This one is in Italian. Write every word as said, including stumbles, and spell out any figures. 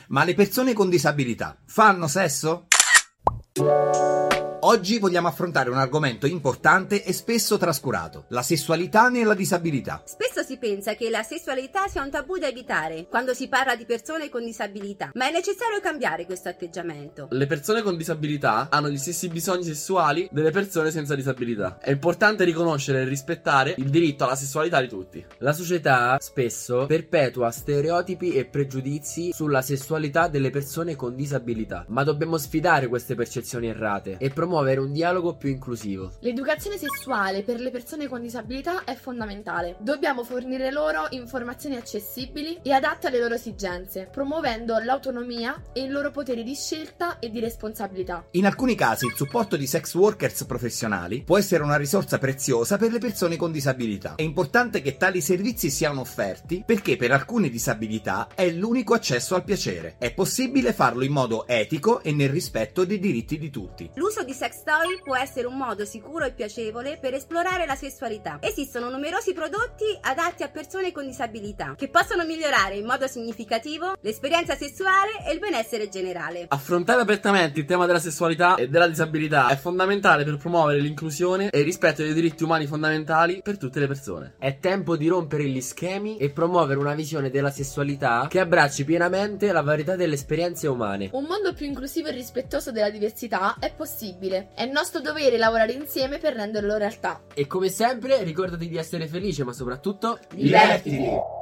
Ma le persone con disabilità fanno sesso? Oggi vogliamo affrontare un argomento importante e spesso trascurato: la sessualità nella disabilità. Spesso si pensa che la sessualità sia un tabù da evitare quando si parla di persone con disabilità, ma è necessario cambiare questo atteggiamento. Le persone con disabilità hanno gli stessi bisogni sessuali delle persone senza disabilità. È importante riconoscere e rispettare il diritto alla sessualità di tutti. La società spesso perpetua stereotipi e pregiudizi sulla sessualità delle persone con disabilità, ma dobbiamo sfidare queste percezioni errate e promuovere un dialogo più inclusivo. L'educazione sessuale per le persone con disabilità è fondamentale. Dobbiamo fornire loro informazioni accessibili e adatte alle loro esigenze, promuovendo l'autonomia e il loro potere di scelta e di responsabilità. In alcuni casi il supporto di sex workers professionali può essere una risorsa preziosa per le persone con disabilità. È importante che tali servizi siano offerti perché per alcune disabilità è l'unico accesso al piacere. È possibile farlo in modo etico e nel rispetto dei diritti di tutti. L'uso di sex toy può essere un modo sicuro e piacevole per esplorare la sessualità. Esistono numerosi prodotti adatti a persone con disabilità che possono migliorare in modo significativo l'esperienza sessuale e il benessere generale. Affrontare apertamente il tema della sessualità e della disabilità è fondamentale per promuovere l'inclusione e il rispetto dei diritti umani fondamentali per tutte le persone. È tempo di rompere gli schemi e promuovere una visione della sessualità che abbracci pienamente la varietà delle esperienze umane. Un mondo più inclusivo e rispettoso della diversità è possibile. È nostro dovere lavorare insieme per renderlo realtà. E come sempre ricordati di essere felice, ma soprattutto divertiti!